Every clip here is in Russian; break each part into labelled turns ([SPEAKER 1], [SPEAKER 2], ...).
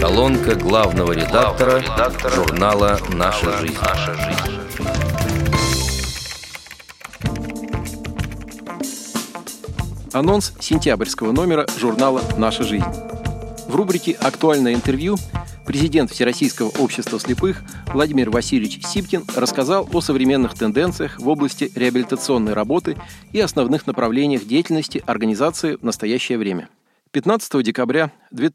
[SPEAKER 1] Колонка главного редактора журнала «Наша жизнь».
[SPEAKER 2] Анонс сентябрьского номера журнала «Наша жизнь». В рубрике «Актуальное интервью» президент Всероссийского общества слепых Владимир Васильевич Сипкин рассказал о современных тенденциях в области реабилитационной работы и основных направлениях деятельности организации в настоящее время. 15 декабря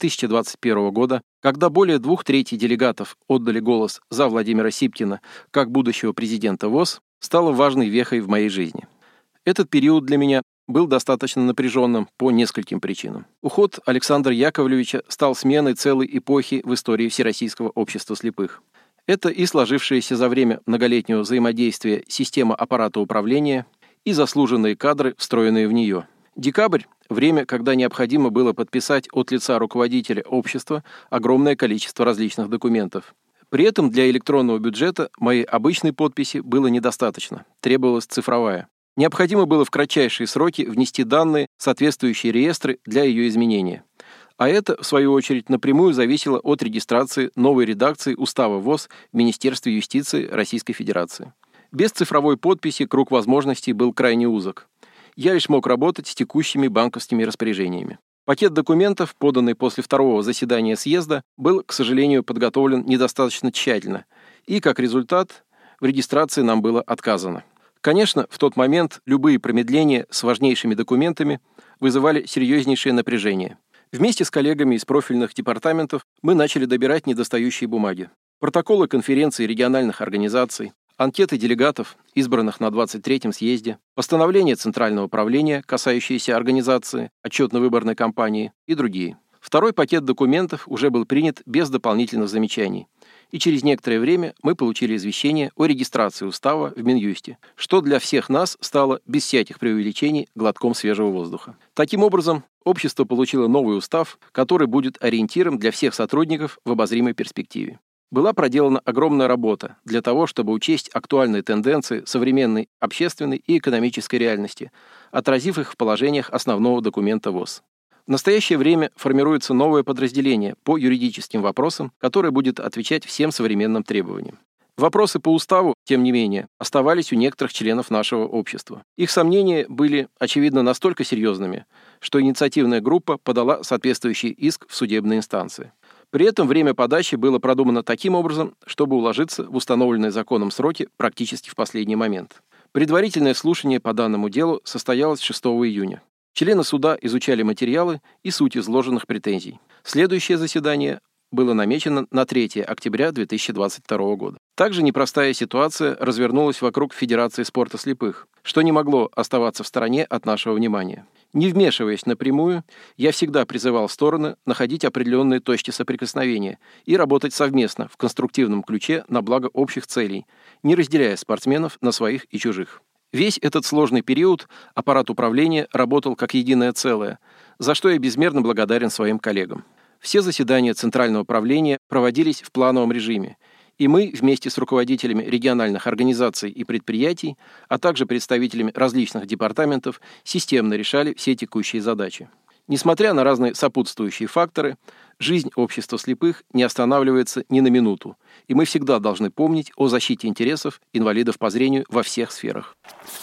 [SPEAKER 2] 2021 года, когда более 2/3 делегатов отдали голос за Владимира Сипкина как будущего президента ВОС, стало важной вехой в моей жизни. Этот период для меня был достаточно напряженным по нескольким причинам. Уход Александра Яковлевича стал сменой целой эпохи в истории Всероссийского общества слепых. Это и сложившаяся за время многолетнего взаимодействия система аппарата управления, и заслуженные кадры, встроенные в нее. Декабрь – время, когда необходимо было подписать от лица руководителя общества огромное количество различных документов. При этом для электронного бюджета моей обычной подписи было недостаточно, требовалась цифровая. Необходимо было в кратчайшие сроки внести данные в соответствующие реестры для ее изменения. А это, в свою очередь, напрямую зависело от регистрации новой редакции Устава ВОС в Министерстве юстиции Российской Федерации. Без цифровой подписи круг возможностей был крайне узок. Я лишь мог работать с текущими банковскими распоряжениями. Пакет документов, поданный после второго заседания съезда, был, к сожалению, подготовлен недостаточно тщательно, и, как результат, в регистрации нам было отказано. Конечно, в тот момент любые промедления с важнейшими документами вызывали серьезнейшее напряжение. Вместе с коллегами из профильных департаментов мы начали добирать недостающие бумаги. Протоколы конференций региональных организаций, анкеты делегатов, избранных на 23-м съезде, постановления Центрального правления, касающиеся организации отчетно-выборной кампании и другие. Второй пакет документов уже был принят без дополнительных замечаний, и через некоторое время мы получили извещение о регистрации устава в Минюсте, что для всех нас стало, без всяких преувеличений, глотком свежего воздуха. Таким образом, общество получило новый устав, который будет ориентиром для всех сотрудников в обозримой перспективе. Была проделана огромная работа для того, чтобы учесть актуальные тенденции современной общественной и экономической реальности, отразив их в положениях основного документа ВОС. В настоящее время формируется новое подразделение по юридическим вопросам, которое будет отвечать всем современным требованиям. Вопросы по уставу, тем не менее, оставались у некоторых членов нашего общества. Их сомнения были, очевидно, настолько серьезными, что инициативная группа подала соответствующий иск в судебные инстанции. При этом время подачи было продумано таким образом, чтобы уложиться в установленные законом сроки практически в последний момент. Предварительное слушание по данному делу состоялось 6 июня. Члены суда изучали материалы и суть изложенных претензий. Следующее заседание было намечено на 3 октября 2022 года. Также непростая ситуация развернулась вокруг Федерации спорта слепых, что не могло оставаться в стороне от нашего внимания. Не вмешиваясь напрямую, я всегда призывал стороны находить определенные точки соприкосновения и работать совместно в конструктивном ключе на благо общих целей, не разделяя спортсменов на своих и чужих. Весь этот сложный период аппарат управления работал как единое целое, за что я безмерно благодарен своим коллегам. Все заседания Центрального правления проводились в плановом режиме, и мы вместе с руководителями региональных организаций и предприятий, а также представителями различных департаментов системно решали все текущие задачи. Несмотря на разные сопутствующие факторы, жизнь общества слепых не останавливается ни на минуту, и мы всегда должны помнить о защите интересов инвалидов по зрению во всех сферах.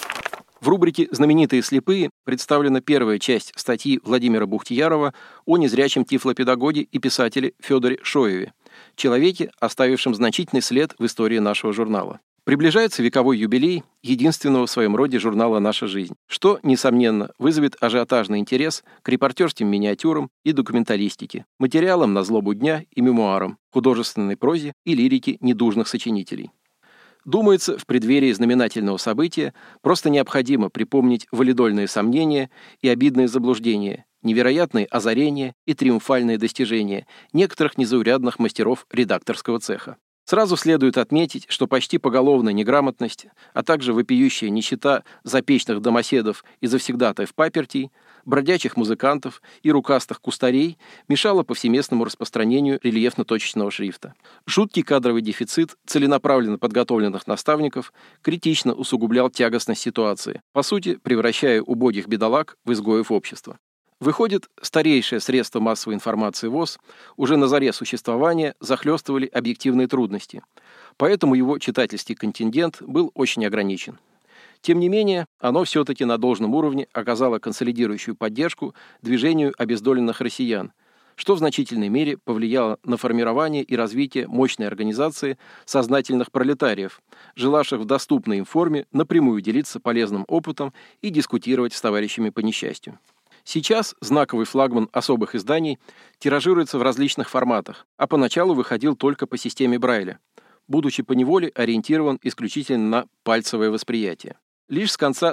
[SPEAKER 2] В рубрике «Знаменитые слепые» представлена первая часть статьи Владимира Бухтиярова о незрячем тифлопедагоге и писателе Федоре Шоеве, человеке, оставившем значительный след в истории нашего журнала. Приближается вековой юбилей единственного в своем роде журнала «Наша жизнь», что, несомненно, вызовет ажиотажный интерес к репортерским миниатюрам и документалистике, материалам на злобу дня и мемуарам, художественной прозе и лирике недужных сочинителей. Думается, в преддверии знаменательного события просто необходимо припомнить валидольные сомнения и обидные заблуждения, невероятные озарения и триумфальные достижения некоторых незаурядных мастеров редакторского цеха. Сразу следует отметить, что почти поголовная неграмотность, а также вопиющая нищета запечных домоседов и завсегдатаев папертей, бродячих музыкантов и рукастых кустарей мешала повсеместному распространению рельефно-точечного шрифта. Жуткий кадровый дефицит целенаправленно подготовленных наставников критично усугублял тягостность ситуации, по сути, превращая убогих бедолаг в изгоев общества. Выходит, старейшее средство массовой информации ВОС уже на заре существования захлестывали объективные трудности, поэтому его читательский контингент был очень ограничен. Тем не менее, оно все-таки на должном уровне оказало консолидирующую поддержку движению обездоленных россиян, что в значительной мере повлияло на формирование и развитие мощной организации сознательных пролетариев, желавших в доступной им форме напрямую делиться полезным опытом и дискутировать с товарищами по несчастью. Сейчас знаковый флагман особых изданий тиражируется в различных форматах, а поначалу выходил только по системе Брайля, будучи поневоле ориентирован исключительно на пальцевое восприятие. Лишь с конца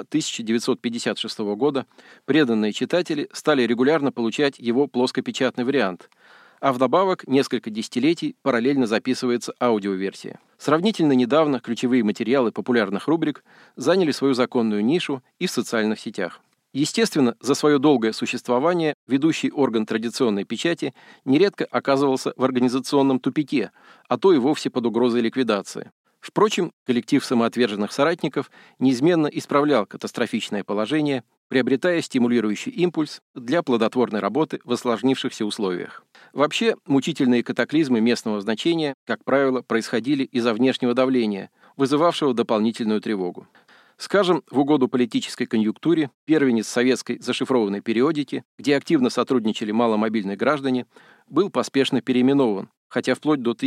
[SPEAKER 2] 1956 года преданные читатели стали регулярно получать его плоскопечатный вариант, а вдобавок несколько десятилетий параллельно записывается аудиоверсия. Сравнительно недавно ключевые материалы популярных рубрик заняли свою законную нишу и в социальных сетях. Естественно, за свое долгое существование ведущий орган традиционной печати нередко оказывался в организационном тупике, а то и вовсе под угрозой ликвидации. Впрочем, коллектив самоотверженных соратников неизменно исправлял катастрофичное положение, приобретая стимулирующий импульс для плодотворной работы в осложнившихся условиях. Вообще, мучительные катаклизмы местного значения, как правило, происходили из-за внешнего давления, вызывавшего дополнительную тревогу. Скажем, в угоду политической конъюнктуре первенец советской зашифрованной периодики, где активно сотрудничали маломобильные граждане, был поспешно переименован, хотя вплоть до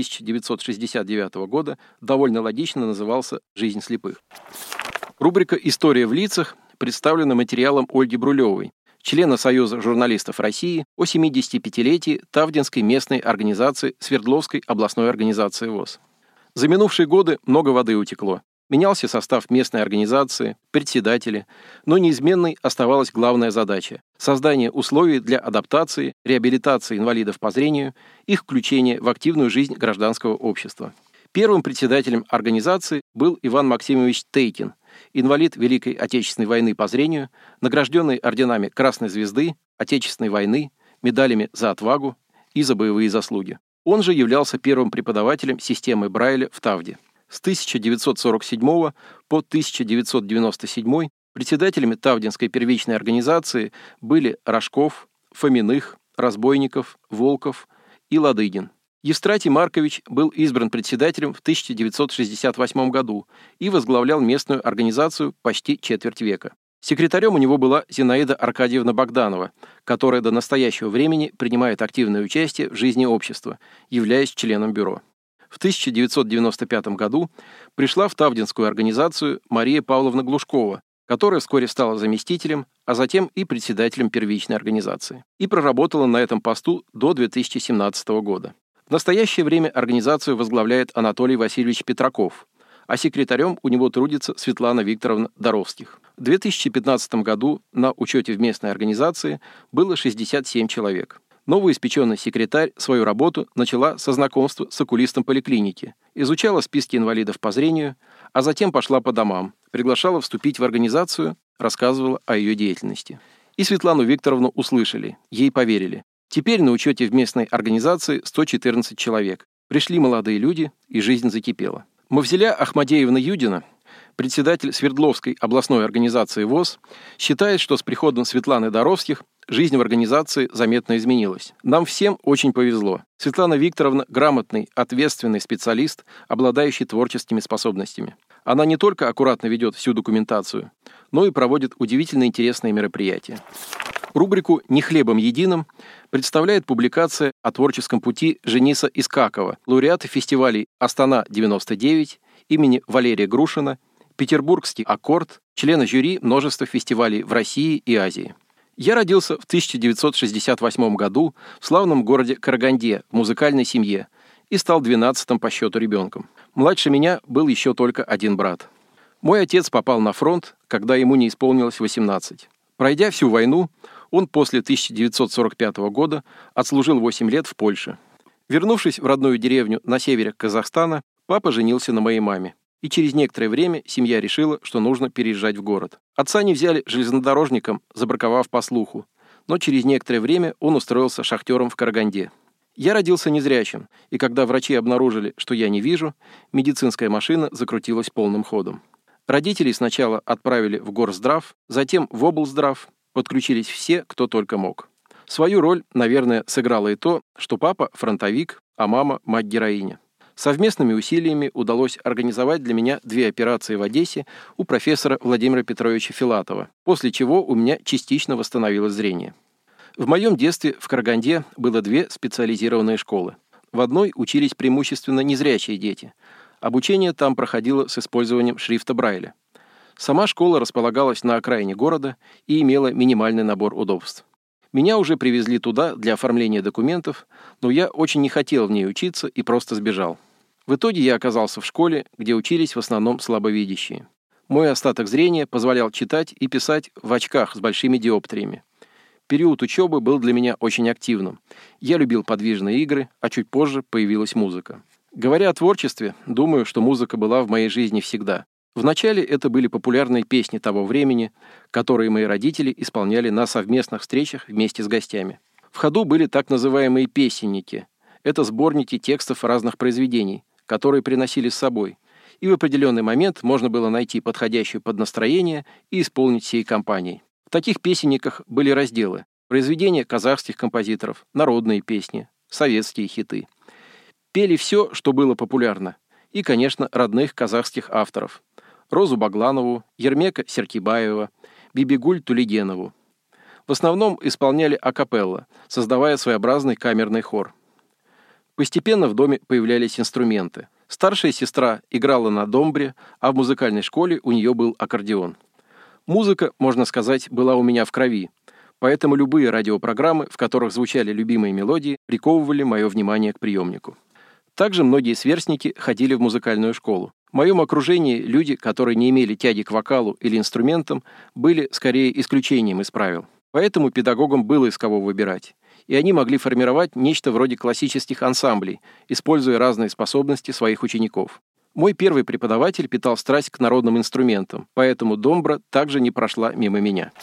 [SPEAKER 2] 1969 года довольно логично назывался «Жизнь слепых». Рубрика «История в лицах» представлена материалом Ольги Брулевой, члена Союза журналистов России, о 75-летии Тавдинской местной организации Свердловской областной организации ВОС. За минувшие годы много воды утекло. Менялся состав местной организации, председатели, но неизменной оставалась главная задача – создание условий для адаптации, реабилитации инвалидов по зрению, их включения в активную жизнь гражданского общества. Первым председателем организации был Иван Максимович Тейкин, инвалид Великой Отечественной войны по зрению, награжденный орденами Красной Звезды, Отечественной войны, медалями за отвагу и за боевые заслуги. Он же являлся первым преподавателем системы Брайля в Тавде. С 1947 по 1997 председателями Тавдинской первичной организации были Рожков, Фоминых, Разбойников, Волков и Ладыгин. Евстратий Маркович был избран председателем в 1968 году и возглавлял местную организацию почти четверть века. Секретарем у него была Зинаида Аркадьевна Богданова, которая до настоящего времени принимает активное участие в жизни общества, являясь членом бюро. В 1995 году пришла в Тавдинскую организацию Мария Павловна Глушкова, которая вскоре стала заместителем, а затем и председателем первичной организации, и проработала на этом посту до 2017 года. В настоящее время организацию возглавляет Анатолий Васильевич Петраков, а секретарем у него трудится Светлана Викторовна Доровских. В 2015 году на учете в местной организации было 67 человек. Новоиспеченный секретарь свою работу начала со знакомства с окулистом поликлиники, изучала списки инвалидов по зрению, а затем пошла по домам, приглашала вступить в организацию, рассказывала о ее деятельности. И Светлану Викторовну услышали, ей поверили. Теперь на учете в местной организации 114 человек. Пришли молодые люди, и жизнь закипела. Мавзеля Ахмадеевна Юдина, председатель Свердловской областной организации ВОС, считает, что с приходом Светланы Доровских жизнь в организации заметно изменилась. Нам всем очень повезло. Светлана Викторовна – грамотный, ответственный специалист, обладающий творческими способностями. Она не только аккуратно ведет всю документацию, но и проводит удивительно интересные мероприятия. Рубрику «Не хлебом единым» представляет публикация о творческом пути Жениса Искакова, лауреата фестивалей «Астана-99», имени Валерия Грушина, «Петербургский аккорд», члена жюри множества фестивалей в России и Азии. Я родился в 1968 году в славном городе Караганде в музыкальной семье и стал 12-м по счету ребенком. Младше меня был еще только один брат. Мой отец попал на фронт, когда ему не исполнилось 18. Пройдя всю войну, он после 1945 года отслужил 8 лет в Польше. Вернувшись в родную деревню на севере Казахстана, папа женился на моей маме. И через некоторое время семья решила, что нужно переезжать в город. Отца не взяли железнодорожником, забраковав по слуху, но через некоторое время он устроился шахтером в Караганде. Я родился незрячим, и когда врачи обнаружили, что я не вижу, медицинская машина закрутилась полным ходом. Родителей сначала отправили в горздрав, затем в облздрав, подключились все, кто только мог. Свою роль, наверное, сыграло и то, что папа – фронтовик, а мама – мать-героиня. Совместными усилиями удалось организовать для меня 2 операции в Одессе у профессора Владимира Петровича Филатова, после чего у меня частично восстановилось зрение. В моем детстве в Караганде было 2 специализированные школы. В одной учились преимущественно незрячие дети. Обучение там проходило с использованием шрифта Брайля. Сама школа располагалась на окраине города и имела минимальный набор удобств. Меня уже привезли туда для оформления документов, но я очень не хотел в ней учиться и просто сбежал. В итоге я оказался в школе, где учились в основном слабовидящие. Мой остаток зрения позволял читать и писать в очках с большими диоптриями. Период учебы был для меня очень активным. Я любил подвижные игры, а чуть позже появилась музыка. Говоря о творчестве, думаю, что музыка была в моей жизни всегда. Вначале это были популярные песни того времени, которые мои родители исполняли на совместных встречах вместе с гостями. В ходу были так называемые песенники. Это сборники текстов разных произведений, которые приносили с собой. И в определенный момент можно было найти подходящую под настроение и исполнить всей компанией. В таких песенниках были разделы: произведения казахских композиторов, народные песни, советские хиты. Пели все, что было популярно. И, конечно, родных казахских авторов: Розу Багланову, Ермека Серкибаева, Бибигуль Тулигенову. В основном исполняли акапелла, создавая своеобразный камерный хор. Постепенно в доме появлялись инструменты. Старшая сестра играла на домбре, а в музыкальной школе у нее был аккордеон. Музыка, можно сказать, была у меня в крови, поэтому любые радиопрограммы, в которых звучали любимые мелодии, приковывали мое внимание к приемнику. Также многие сверстники ходили в музыкальную школу. В моем окружении люди, которые не имели тяги к вокалу или инструментам, были скорее исключением из правил. Поэтому педагогам было из кого выбирать. И они могли формировать нечто вроде классических ансамблей, используя разные способности своих учеников. Мой первый преподаватель питал страсть к народным инструментам, поэтому домбра также не прошла мимо меня.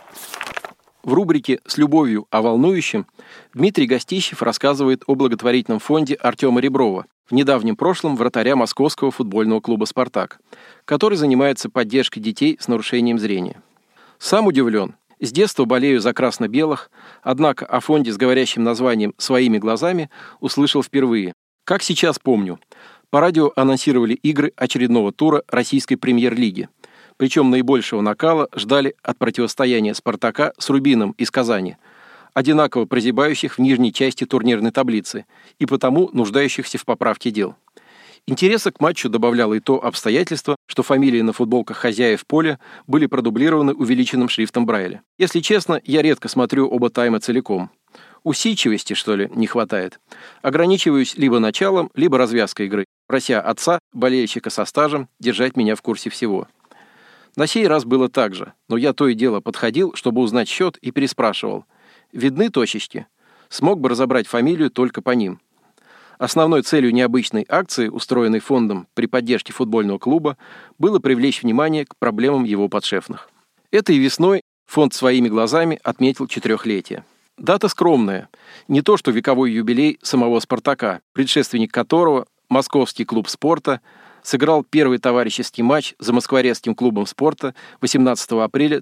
[SPEAKER 2] В рубрике «С любовью о волнующем» Дмитрий Гостищев рассказывает о благотворительном фонде Артема Реброва, в недавнем прошлом вратаря московского футбольного клуба «Спартак», который занимается поддержкой детей с нарушением зрения. Сам удивлен. С детства болею за красно-белых, однако о фонде с говорящим названием «Своими глазами» услышал впервые. Как сейчас помню, по радио анонсировали игры очередного тура российской премьер-лиги. Причем наибольшего накала ждали от противостояния «Спартака» с «Рубином» из Казани, одинаково прозябающих в нижней части турнирной таблицы и потому нуждающихся в поправке дел. Интереса к матчу добавляло и то обстоятельство, что фамилии на футболках хозяев поля были продублированы увеличенным шрифтом Брайля. Если честно, я редко смотрю оба тайма целиком. Усидчивости, что ли, не хватает. Ограничиваюсь либо началом, либо развязкой игры, прося отца, болельщика со стажем, держать меня в курсе всего. На сей раз было так же, но я то и дело подходил, чтобы узнать счет, и переспрашивал: «Видны точечки?» Смог бы разобрать фамилию только по ним. Основной целью необычной акции, устроенной фондом при поддержке футбольного клуба, было привлечь внимание к проблемам его подшефных. Этой весной фонд «Своими глазами» отметил 4-летие. Дата скромная. Не то что вековой юбилей самого «Спартака», предшественник которого, Московский клуб спорта, сыграл первый товарищеский матч за Москворецким клубом спорта 18 апреля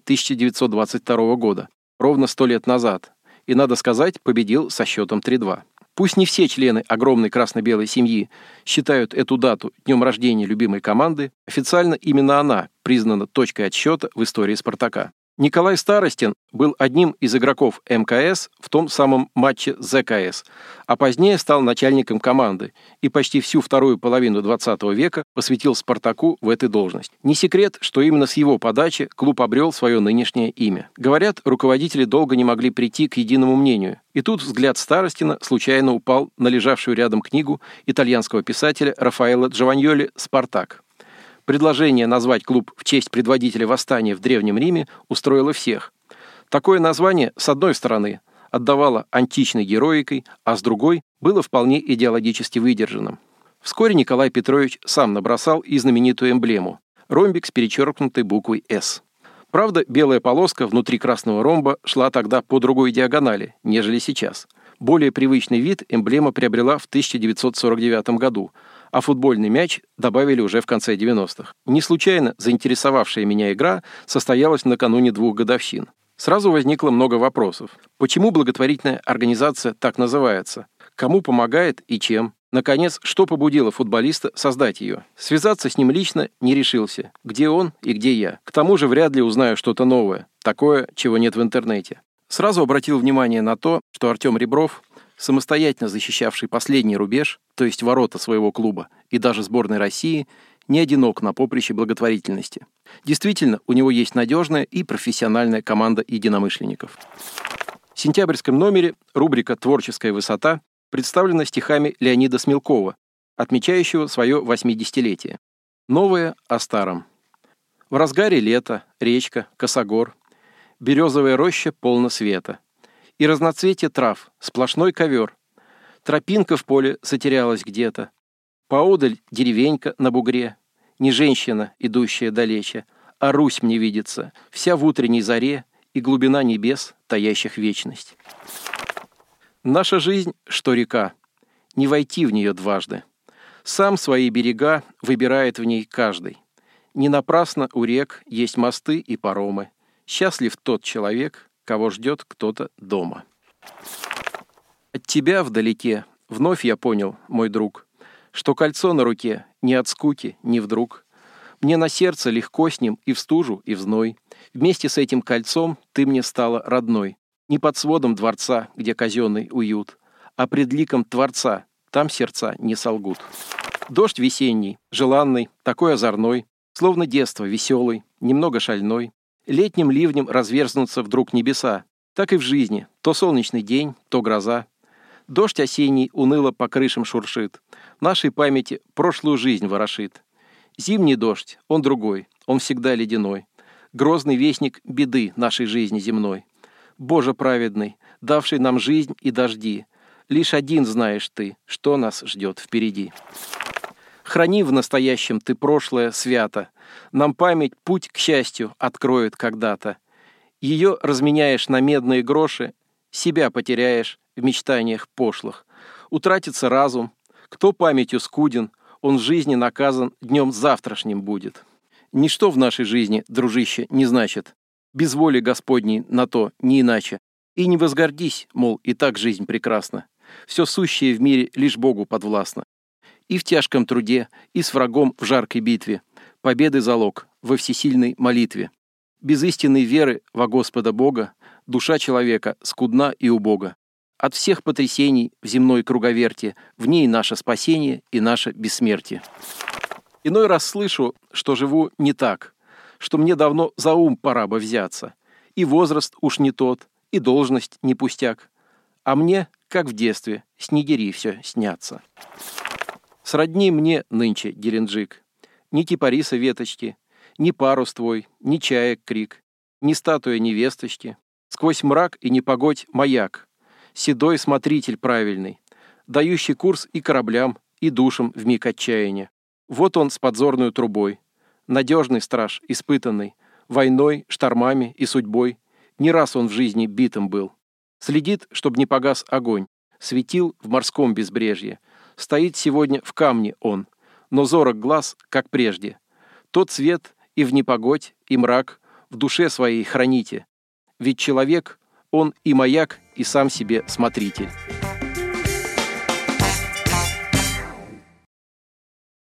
[SPEAKER 2] 1922 года, ровно 100 лет назад, и, надо сказать, победил со счетом 3-2. Пусть не все члены огромной красно-белой семьи считают эту дату днем рождения любимой команды, официально именно она признана точкой отсчета в истории «Спартака». Николай Старостин был одним из игроков МКС в том самом матче с ЗКС, а позднее стал начальником команды и почти всю вторую половину XX века посвятил «Спартаку» в этой должности. Не секрет, что именно с его подачи клуб обрел свое нынешнее имя. Говорят, руководители долго не могли прийти к единому мнению. И тут взгляд Старостина случайно упал на лежавшую рядом книгу итальянского писателя Рафаэлло Джованьоли «Спартак». Предложение назвать клуб в честь предводителя восстания в Древнем Риме устроило всех. Такое название, с одной стороны, отдавало античной героикой, а с другой было вполне идеологически выдержанным. Вскоре Николай Петрович сам набросал и знаменитую эмблему – ромбик с перечеркнутой буквой «С». Правда, белая полоска внутри красного ромба шла тогда по другой диагонали, нежели сейчас. Более привычный вид эмблема приобрела в 1949 году, а футбольный мяч добавили уже в конце 90-х. Не случайно заинтересовавшая меня игра состоялась накануне 2 годовщин. Сразу возникло много вопросов. Почему благотворительная организация так называется? Кому помогает и чем? Наконец, что побудило футболиста создать ее? Связаться с ним лично не решился. Где он и где я? К тому же вряд ли узнаю что-то новое, такое, чего нет в интернете. Сразу обратил внимание на то, что Артем Ребров, самостоятельно защищавший последний рубеж, то есть ворота своего клуба и даже сборной России, не одинок на поприще благотворительности. Действительно, у него есть надежная и профессиональная команда единомышленников. В сентябрьском номере рубрика «Творческая высота» представлена стихами Леонида Смелкова, отмечающего свое 80-летие. Новое о старом. В разгаре лета, речка, косогор, березовая роща полна света. И разноцветие трав, сплошной ковер. Тропинка в поле затерялась где-то. Поодаль деревенька на бугре. Не женщина, идущая далече, а Русь мне видится, вся в утренней заре и глубина небес, таящих вечность. Наша жизнь, что река, не войти в нее дважды. Сам свои берега выбирает в ней каждый. Не напрасно у рек есть мосты и паромы. Счастлив тот человек, кого ждет кто-то дома. От тебя вдалеке вновь я понял, мой друг, что кольцо на руке не от скуки, не вдруг. Мне на сердце легко с ним и в стужу, и в зной. Вместе с этим кольцом ты мне стала родной. Не под сводом дворца, где казенный уют, а пред ликом Творца, там сердца не солгут. Дождь весенний, желанный, такой озорной, словно детство веселый, немного шальной. Летним ливнем разверзнутся вдруг небеса. Так и в жизни, то солнечный день, то гроза. Дождь осенний уныло по крышам шуршит, в нашей памяти прошлую жизнь ворошит. Зимний дождь, он другой, он всегда ледяной, грозный вестник беды нашей жизни земной. Боже праведный, давший нам жизнь и дожди, лишь один знаешь ты, что нас ждет впереди. Храни в настоящем ты прошлое свято, нам память путь к счастью откроет когда-то. Ее разменяешь на медные гроши, себя потеряешь в мечтаниях пошлых. Утратится разум, кто памятью скуден, он в жизни наказан днем завтрашним будет. Ничто в нашей жизни, дружище, не значит. Без воли Господней на то, не иначе. И не возгордись, мол, и так жизнь прекрасна. Все сущее в мире лишь Богу подвластно. И в тяжком труде, и с врагом в жаркой битве. Победы залог во всесильной молитве. Без истинной веры во Господа Бога душа человека скудна и убога. От всех потрясений в земной круговерти в ней наше спасение и наше бессмертие. Иной раз слышу, что живу не так, что мне давно за ум пора бы взяться. И возраст уж не тот, и должность не пустяк. А мне, как в детстве, снегири все снятся. Сродни мне нынче, Геленджик, ни кипариса веточки, ни парус твой, ни чаек крик, ни статуя невесточки. Сквозь мрак и непогодь маяк, седой смотритель правильный, дающий курс и кораблям, и душам вмиг отчаяния. Вот он с подзорную трубой, надежный страж, испытанный, войной, штормами и судьбой. Не раз он в жизни битым был. Следит, чтоб не погас огонь, светил в морском безбрежье. Стоит сегодня в камне он, но зорок глаз, как прежде. Тот свет и в непогодь, и мрак в душе своей храните. Ведь человек, он и маяк, и сам себе смотритель.